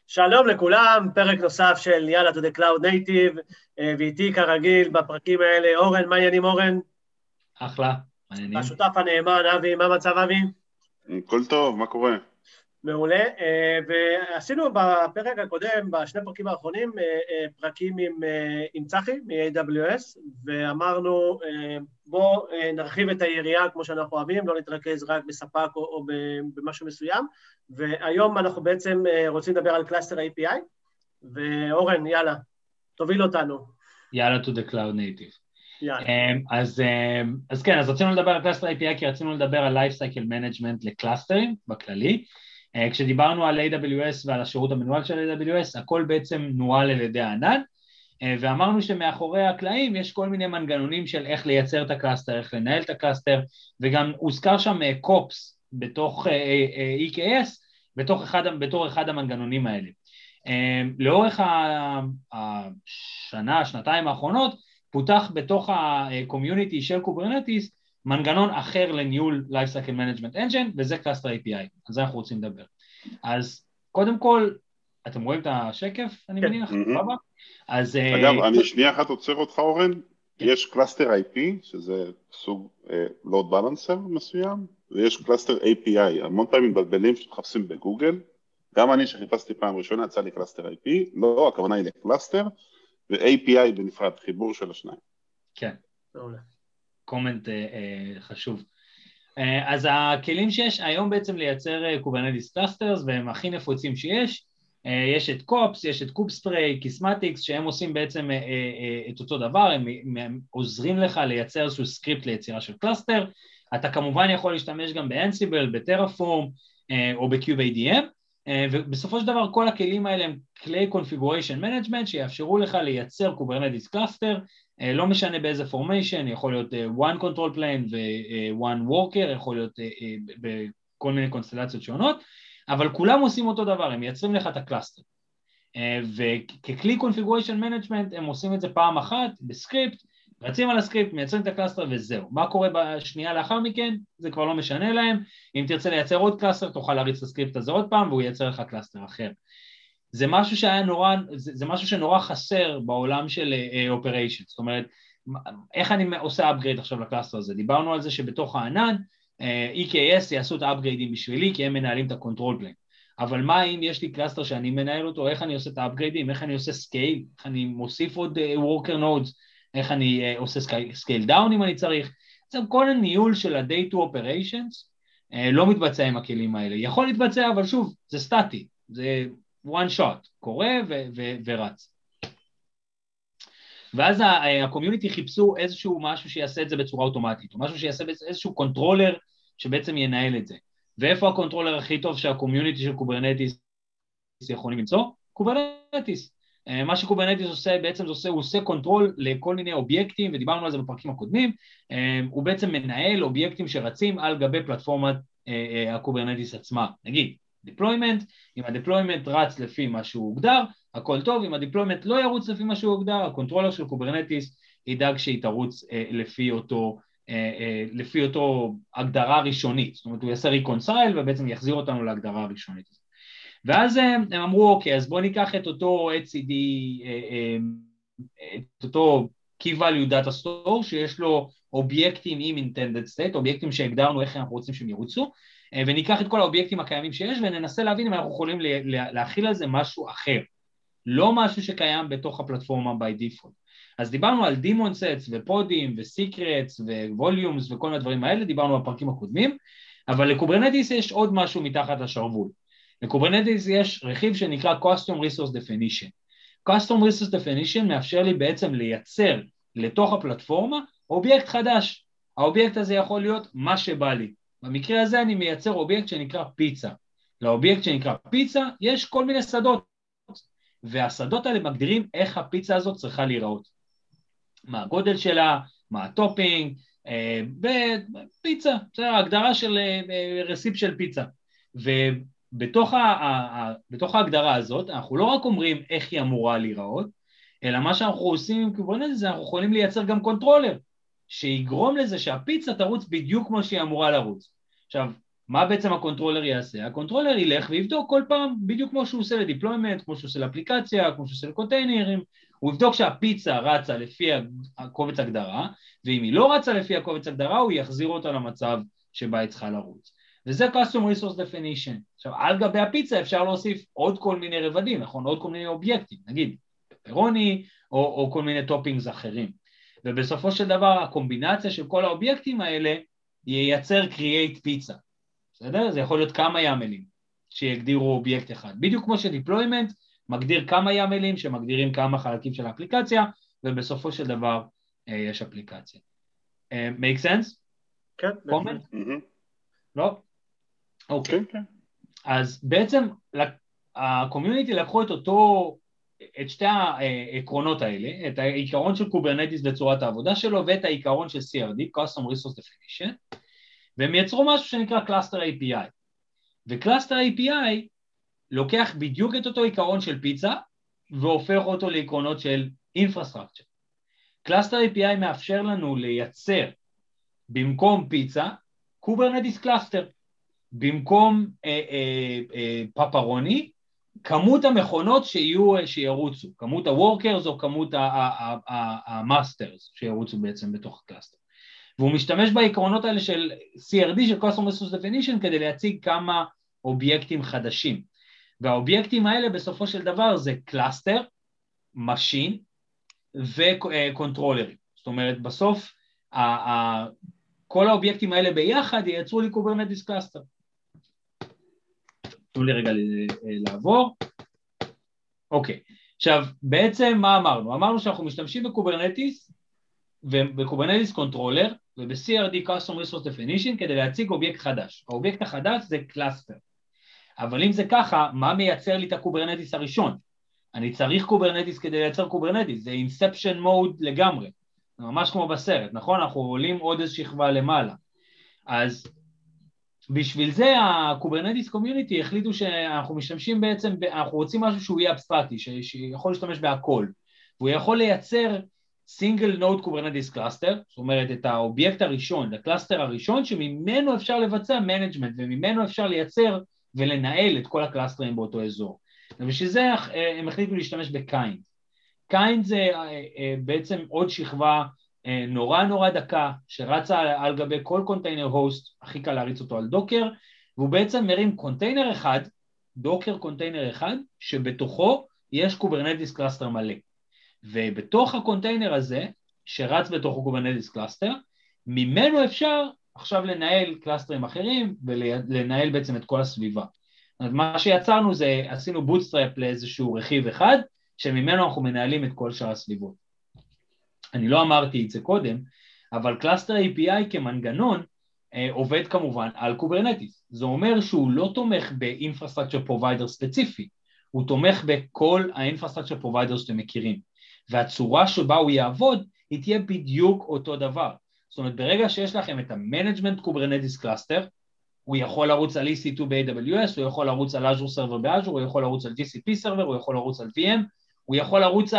שלום לכולם, פרק נוסף של יאללה to the cloud native, ואיתי כרגיל בפרקים האלה, אורן, מה העניינים אורן? אחלה, מעניינים. השותף הנאמן, אבי, מה מצב אבי? כל טוב, מה קורה? מעולה, ועשינו בפרק הקודם, בשני פרקים האחרונים, פרקים עם צחי מ-AWS, ואמרנו בוא נרחיב את היריעה כמו שאנחנו אוהבים, לא נתרכז רק בספק או במשהו מסוים, והיום אנחנו בעצם רוצים לדבר על קלאסטר API, ואורן, יאללה, תוביל אותנו. יאללה to the cloud native. יאללה. אז כן, אז רצינו לדבר על קלאסטר API, כי רצינו לדבר על Lifecycle Management לקלאסטרים בכללי. כשדיברנו על AWS ועל השירות המנוהל של AWS, הכל בעצם נוהל על ידי הענן, ואמרנו שמאחורי הקלעים יש כל מיני מנגנונים של איך לייצר את הקלאסטר, איך לנהל את הקלאסטר, וגם הוזכר שם קופס בתוך EKS, בתור אחד המנגנונים האלה. לאורך השנה, שנתיים האחרונות, פותח בתוך הקומיוניטי של קוברנטיס, מנגנון אחר לניהול Lifecycle Management Engine, וזה קלאסטר API, על זה אנחנו רוצים לדבר. אז קודם כל, אתם רואים את השקף, אני מניח? אגב, אני שנייה אחת עוצר אותך אורן, יש קלאסטר IP, שזה סוג load balancer מסוים, ויש קלאסטר API, המון פעמים מתבלבלים שמחפשים בגוגל, גם אני שחיפשתי פעם ראשונה, יצא לי קלאסטר IP, לא, הכוונה היא לקלאסטר, ו-API בנפרד, חיבור של השניים. כן. קומנט חשוב. אז הכלים שיש היום בעצם לייצר קוברנטיס קלאסטרס, והם הכי נפוצים שיש, יש את קופס, יש את קובספריי, קיסמטיקס, שהם עושים בעצם את אותו דבר, הם עוזרים לך לייצר איזשהו סקריפט ליצירה של קלאסטר, אתה כמובן יכול להשתמש גם באנסיבל, בטרפורם, או ב-QBADM, ובסופו של דבר כל הכלים האלה הם כלי configuration management שיאפשרו לך לייצר קוברנטיס קלאסטר, לא משנה באיזה פורמיישן, יכול להיות one control plane ו-one worker, יכול להיות בכל מיני קונסטלציות שונות, אבל כולם עושים אותו דבר, הם מייצרים לך את הקלאסטר. וככלי configuration management הם עושים את זה פעם אחת בסקריפט, רצים על הסקריפט, מייצרים את הקלאסטר וזהו. מה קורה בשנייה לאחר מכן? זה כבר לא משנה להם. אם תרצה לייצר עוד קלאסטר, תוכל להריץ את הסקריפט הזה עוד פעם, והוא ייצר לך קלאסטר אחר. זה משהו זה משהו שנורא חסר בעולם של operations. זאת אומרת, איך אני עושה upgrade עכשיו לקלאסטר הזה? דיברנו על זה שבתוך הענן, EKS יעשו את האפגריידים בשבילי, כי הם מנהלים את הקונטרול פליין. אבל מה אם יש לי קלאסטר שאני מנהל אותו, איך אני עושה את האפגריידים, איך אני עושה סקייל, איך אני מוסיף עוד worker nodes, איך אני עושה סקייל דאון אם אני צריך. אז כל הניהול של ה-day to operations לא מתבצע עם הכלים האלה. יכול להתבצע, אבל שוב, זה סטטי, זה one shot, קורה ורץ. ואז הקומיוניטי חיפשו איזשהו משהו שיעשה את זה בצורה אוטומטית, או משהו שיעשה איזשהו קונטרולר שבעצם ינהל את זה. ואיפה הקונטרולר הכי טוב שהקומיוניטי של קוברנטיס יכולים למצוא? קוברנטיס. מה שקוברנטיס עושה, בעצם הוא עושה קונטרול לכל מיני אובייקטים, ודיברנו על זה בפרקים הקודמים, הוא בעצם מנהל אובייקטים שרצים על גבי פלטפורמת הקוברנטיס עצמה. נגיד, deployment, אם ה-deployment רץ לפי מה שהוא הוגדר, הכל טוב, אם ה-deployment לא ירוץ לפי מה שהוא הוגדר, הקונטרולר של קוברנטיס ידאג שהיא תרוץ לפי אותו הגדרה ראשונית, זאת אומרת הוא יעשה reconcile ובעצם יחזיר אותנו להגדרה הראשונית. ואז הם אמרו, אוקיי, אז בואו ניקח את אותו HCD, את אותו Key Value Data Store, שיש לו אובייקטים עם Intended State, אובייקטים שהגדרנו איך אנחנו רוצים שהם ירוצו, וניקח את כל האובייקטים הקיימים שיש, וננסה להבין אם אנחנו יכולים להכיל על זה משהו אחר, לא משהו שקיים בתוך הפלטפורמה by default. אז דיברנו על Daemon Sets ופודים וסיקרטס וווליומס וכל מיני דברים האלה, דיברנו בפרקים הקודמים, אבל לקוברנטיס יש עוד משהו מתחת לשרוול. לקוברנטיס יש רכיב שנקרא Custom Resource Definition. Custom Resource Definition מאפשר לי בעצם לייצר לתוך הפלטפורמה אובייקט חדש. האובייקט הזה יכול להיות מה שבא לי. במקרה הזה אני מייצר אובייקט שנקרא פיצה. לאובייקט שנקרא פיצה יש כל מיני שדות, והשדות האלה מגדירים איך הפיצה הזאת צריכה להיראות. מה הגודל שלה, מה הטופינג, ופיצה, זה ההגדרה של רסיפ של פיצה. ובתוך ההגדרה הזאת, אנחנו לא רק אומרים איך היא אמורה להיראות, אלא מה שאנחנו עושים עם קוברנטיס, אנחנו יכולים לייצר גם קונטרולר, שיגרום לזה שהפיצה תרוץ בדיוק כמו שהיא אמורה לרוץ. עכשיו, מה בעצם הקונטרולר יעשה? הקונטרולר ילך ויבדוק כל פעם, בדיוק כמו שהוא עושה לדיפלוימנט, כמו שהוא עושה לאפליקציה, כמו שהוא עושה לקונטיינרים, הוא יבדוק שהפיצה רצה לפי הקובץ הגדרה, ואם היא לא רצה לפי הקובץ הגדרה, הוא יחזיר אותה למצב שבה היא צריכה לרוץ. וזה Custom Resource Definition. עכשיו, על גבי הפיצה אפשר להוסיף עוד כל מיני רבדים, נכון? עוד כל מיני אובייקטים, נגיד פפרוני, או כל מיני טופינגס אחרים. ובסופו של דבר, הקומבינציה של כל האובייקטים האלה, ייצר create pizza. בסדר? זה יכול להיות כמה ימלים שיגדירו אובייקט אחד. בדיוק כמו שדיפלוימנט מגדיר כמה ימלים שמגדירים כמה חלקים של האפליקציה, ובסופו של דבר יש אפליקציה. make sense? כן. comment? לא? אוקיי. אז בעצם הקומיוניטי לקחו את שתי העקרונות האלה, את העיקרון של קוברנטיס וצורת העבודה שלו, ואת העיקרון של CRD, Custom Resource Definition, והם יצרו משהו שנקרא Cluster API. ו-Cluster API לוקח בדיוק את אותו עיקרון של פיצה, והופך אותו לעקרונות של Infrastructure. Cluster API מאפשר לנו לייצר במקום פיצה, Kubernetes Cluster. במקום פפרוני, כמות המכונות שירוצו, כמות ה-workers או כמות ה-masters שירוצו בעצם בתוך הקלאסטר. והוא משתמש בעקרונות האלה של CRD, של Custom Resource Definition, כדי להציג כמה אובייקטים חדשים. והאובייקטים האלה בסופו של דבר זה קלאסטר, משין וקונטרולרים. זאת אומרת, בסוף כל האובייקטים האלה ביחד ייצרו לי Kubernetes Cluster. תנו לי רגע לעבור. אוקיי, עכשיו בעצם מה אמרנו? אמרנו שאנחנו משתמשים בקוברנטיס ובקוברנטיס קונטרולר וב-CRD Custom Resource Definition כדי להציג אובייקט חדש. האובייקט החדש זה קלאסטר. אבל אם זה ככה, מה מייצר לי את הקוברנטיס הראשון? אני צריך קוברנטיס כדי לייצר קוברנטיס, זה Inception Mode לגמרי. ממש כמו בסרט, נכון? אנחנו עולים עוד איזו שכבה למעלה. אז בשביל זה הקוברנטיס קומיוניטי החליטו שאנחנו משתמשים בעצם, אנחנו רוצים משהו שהוא יהיה אבסטרקטי, שיכול להשתמש בהכל, והוא יכול לייצר סינגל נוד קוברנטיס קלאסטר, זאת אומרת את האובייקט הראשון, הקלאסטר הראשון, שממנו אפשר לבצע מנג'מנט, וממנו אפשר לייצר ולנהל את כל הקלאסטרים באותו אזור. ובשביל זה הם החליטו להשתמש בקיינד. קיינד זה בעצם עוד שכבה נורא דקה, שרצה על גבי כל קונטיינר הוסט, הכי קל להריץ אותו על דוקר, והוא בעצם מרים קונטיינר אחד, דוקר קונטיינר אחד, שבתוכו יש קוברנטיס קלאסטר מלא. ובתוך הקונטיינר הזה, שרץ בתוכו קוברנטיס קלאסטר, ממנו אפשר עכשיו לנהל קלאסטרים אחרים, ולנהל בעצם את כל הסביבה. אז מה שיצרנו זה, עשינו בוטסטראפ לאיזשהו רכיב אחד, שממנו אנחנו מנהלים את כל שאר הסביבות. אני לא אמרתי את זה קודם, אבל קלאסטר API כמנגנון עובד כמובן על קוברנטיס. זה אומר שהוא לא תומך ב-infrastructure provider ספציפי, הוא תומך בכל ה-infrastructure provider שאתם מכירים. והצורה שבה הוא יעבוד, היא תהיה בדיוק אותו דבר. זאת אומרת, ברגע שיש לכם את ה-management Kubernetes cluster, הוא יכול לרוץ על EC2 ב-AWS, הוא יכול לרוץ על Azure Server ב-Azure, הוא יכול לרוץ על GCP Server, הוא יכול לרוץ על VM, הוא יכול לרוץ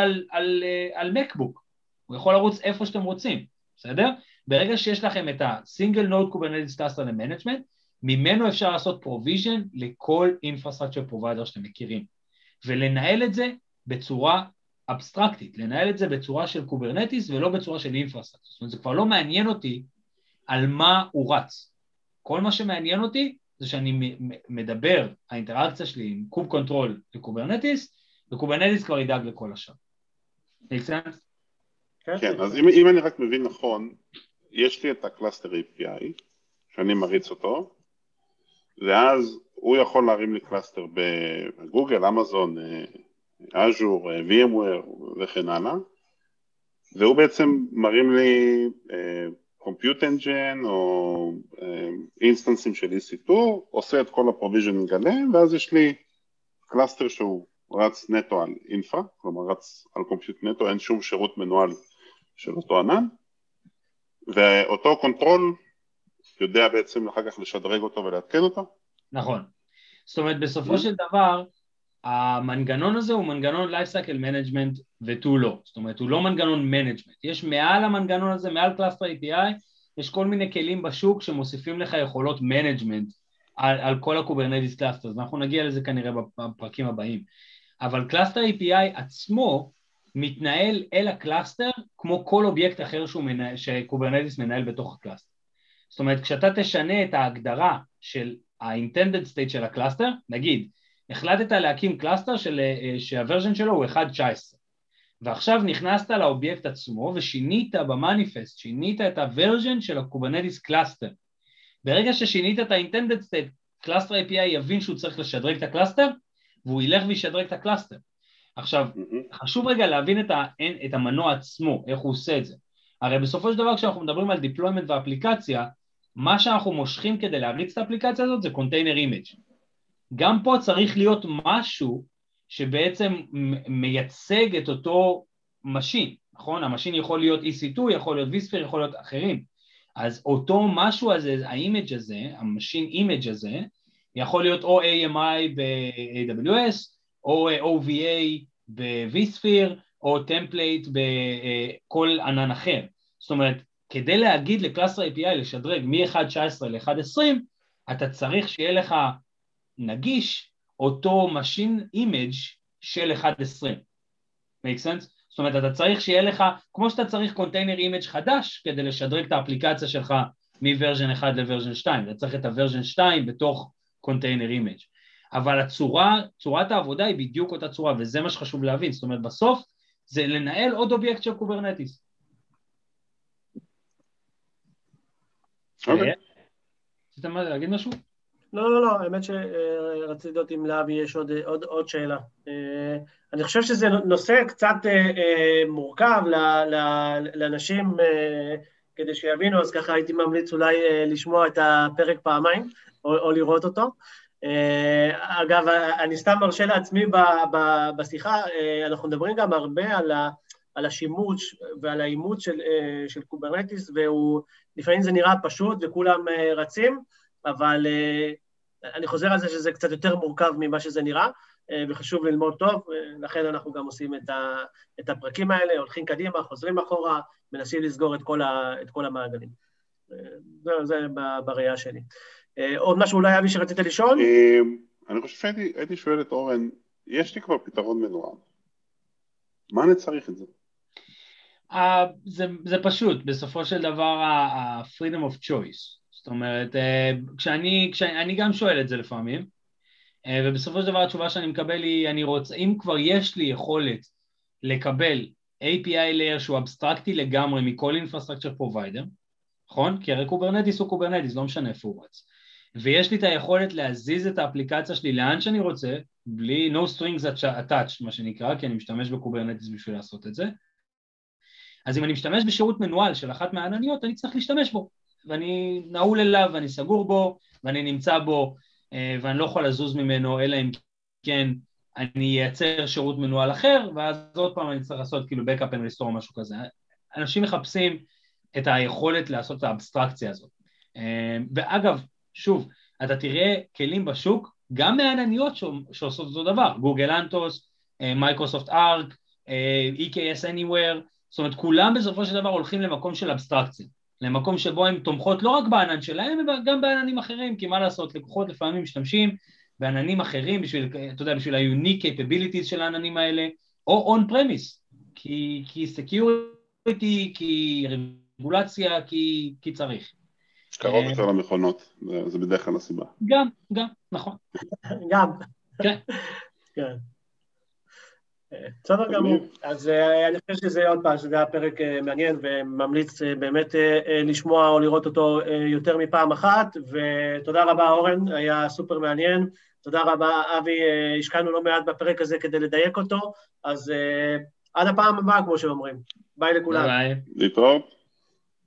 על MacBook, הוא יכול לרוץ איפה שאתם רוצים, בסדר? ברגע שיש לכם את ה-Single Node Kubernetes Cluster ל-Management, ממנו אפשר לעשות provision לכל infrastructure provider שאתם מכירים, ולנהל את זה בצורה אבסטרקטית, לנהל את זה בצורה של קוברנטיס ולא בצורה של אינפרסטרקציה. זאת אומרת, זה כבר לא מעניין אותי על מה הוא רץ. כל מה שמעניין אותי זה שאני מדבר, האינטראקציה שלי עם קוב קונטרול לקוברנטיס, וקוברנטיס כבר ידאג לכל השאר. make sense? כן, אז אם אני רק מבין נכון, יש לי את הקלאסטר API, שאני מריץ אותו, ואז הוא יכול להרים לי קלאסטר בגוגל, אמזון, אז'ור, VMware וכן הלאה, והוא בעצם מרים לי Compute Engine או אינסטנסים של EC2, עושה את כל הפרוביז'נינג עליהם, ואז יש לי קלאסטר שהוא רץ נטו על אינפרה, כלומר רץ על Compute נטו, אין שום שירות מנוהל של אותו ענן, ואותו קונטרול יודע בעצם אחר כך לשדרג אותו ולהתקן אותו? נכון. זאת אומרת, בסופו של דבר, המנגנון הזה הוא מנגנון Lifecycle Management ותו לא. זאת אומרת, הוא לא מנגנון Management. יש מעל המנגנון הזה, מעל Cluster API, יש כל מיני כלים בשוק שמוסיפים לך יכולות Management על כל הקוברנטיס קלאסטר, אנחנו נגיע לזה כנראה בפרקים הבאים, אבל קלאסטר API עצמו מתנהל אל הקלאסטר כמו כל אובייקט אחר שקוברנטיס מנהל בתוך הקלאסטר. זאת אומרת, כשאתה תשנה את ההגדרה של ה-intended state של הקלאסטר, נגיד, החלטת להקים קלאסטר שהוורז'ן שלו הוא 1.19, ועכשיו נכנסת לאובייקט עצמו ושינית במניפסט, שינית את הוורז'ן של הקוברנטיס קלאסטר. ברגע ששינית את ה-intended state, קלאסטר API יבין שהוא צריך לשדרג את הקלאסטר, והוא ילך וישדרג את הקלאסטר. עכשיו, חשוב רגע להבין את המנוע עצמו, איך הוא עושה את זה. הרי בסופו של דבר כשאנחנו מדברים על deployment ואפליקציה, מה שאנחנו מושכים כדי להריץ את האפליקציה הזאת זה container image. גם פה צריך להיות משהו שבעצם מייצג את אותו משין, נכון? המשין יכול להיות EC2, יכול להיות vSphere, יכול להיות אחרים. אז אותו משהו הזה, האימג' הזה, המשין אימג' הזה, יכול להיות או AMI ב-AWS, או OVA ב-vSphere, או טמפלייט בכל ענן אחר. זאת אומרת, כדי להגיד לקלאסטר API לשדרג מ-1.19 ל-1.20, אתה צריך שיהיה לך נגיש אותו machine image של 1.20. make sense? זאת אומרת, אתה צריך שיהיה לך, כמו שאתה צריך container image חדש, כדי לשדרג את האפליקציה שלך מ-version 1 ל-version 2, אתה צריך את ה-version 2 בתוך container image. אבל צורת העבודה היא בדיוק אותה צורה, וזה מה שחשוב להבין. זאת אומרת, בסוף זה לנהל עוד אובייקט של קוברנטיס. אוקיי. רציתם להגיד משהו? לא, האמת שרציתי לדעת אם לאבי יש עוד שאלה. אני חושב שזה נושא קצת מורכב לאנשים, כדי שיבינו, אז ככה הייתי ממליץ אולי לשמוע את הפרק פעמיים, או לראות אותו. אגב, אני סתם מרשה לעצמי בשיחה, אנחנו מדברים גם הרבה על השימוש ועל האימות של קוברנטיס, לפעמים זה נראה פשוט וכולם רצים, אבל אני חוזר על זה שזה קצת יותר מורכב ממה שזה נראה, וחשוב ללמוד טוב, לכן אנחנו גם עושים את הפרקים האלה, הולכים קדימה, חוזרים אחורה, מנסים לסגור את כל המעגלים. זה בראייה שלי. עוד משהו אולי אבי שרצית לשאול? אני חושב שהייתי שואל את אורן, יש לי כבר פתרון מנוהל. מה אני צריך את זה? זה פשוט, בסופו של דבר ה-freedom of choice. זאת אומרת, כשאני גם שואל את זה לפעמים, ובסופו של דבר התשובה שאני מקבל היא, אם כבר יש לי יכולת לקבל API layer שהוא אבסטרקטי לגמרי מכל infrastructure provider, נכון? כי הרי קוברנטיס הוא קוברנטיס, לא משנה איפה הוא רץ. ויש לי את היכולת להזיז את האפליקציה שלי לאן שאני רוצה, בלי no strings attached, מה שנקרא, כי אני משתמש בקוברנטיס בשביל לעשות את זה. אז אם אני משתמש בשירות מנוהל של אחת מהענניות, אני צריך להשתמש בו. ואני נעול אליו, ואני סגור בו, ואני נמצא בו, ואני לא יכול לזוז ממנו, אלא אם כן אני אייצר שירות מנוהל אחר, ואז עוד פעם אני צריך לעשות כאילו backup and restore או משהו כזה. אנשים מחפשים את היכולת לעשות את האבסטרקציה הזאת. ואגב, שוב, אתה תראה כלים בשוק, גם מהענניות שעושות אותו דבר, גוגל אנטוס, מייקרוסופט ארק, EKS Anywhere, זאת אומרת, כולם בסופו של דבר הולכים למקום של אבסטרקציה, למקום שבו הן תומכות לא רק בענן שלהם, אלא גם בעננים אחרים, כי מה לעשות, לקוחות לפעמים משתמשים בעננים אחרים, בשביל ה-unique capabilities של העננים האלה, או on-premise, כי security, כי רגולציה, כי צריך. קרוב יותר למכונות, זה בדרך כלל הסיבה. גם, נכון. גם. כן. כן. בסדר גמור, אז אני חושב שזה עוד פעם, שזה היה פרק מעניין וממליץ באמת לשמוע או לראות אותו יותר מפעם אחת, ותודה רבה אורן, היה סופר מעניין, תודה רבה אבי, השקענו לא מעט בפרק הזה כדי לדייק אותו, אז עד הפעם הבאה כמו שאומרים, ביי לכולם. ביי. להתראות.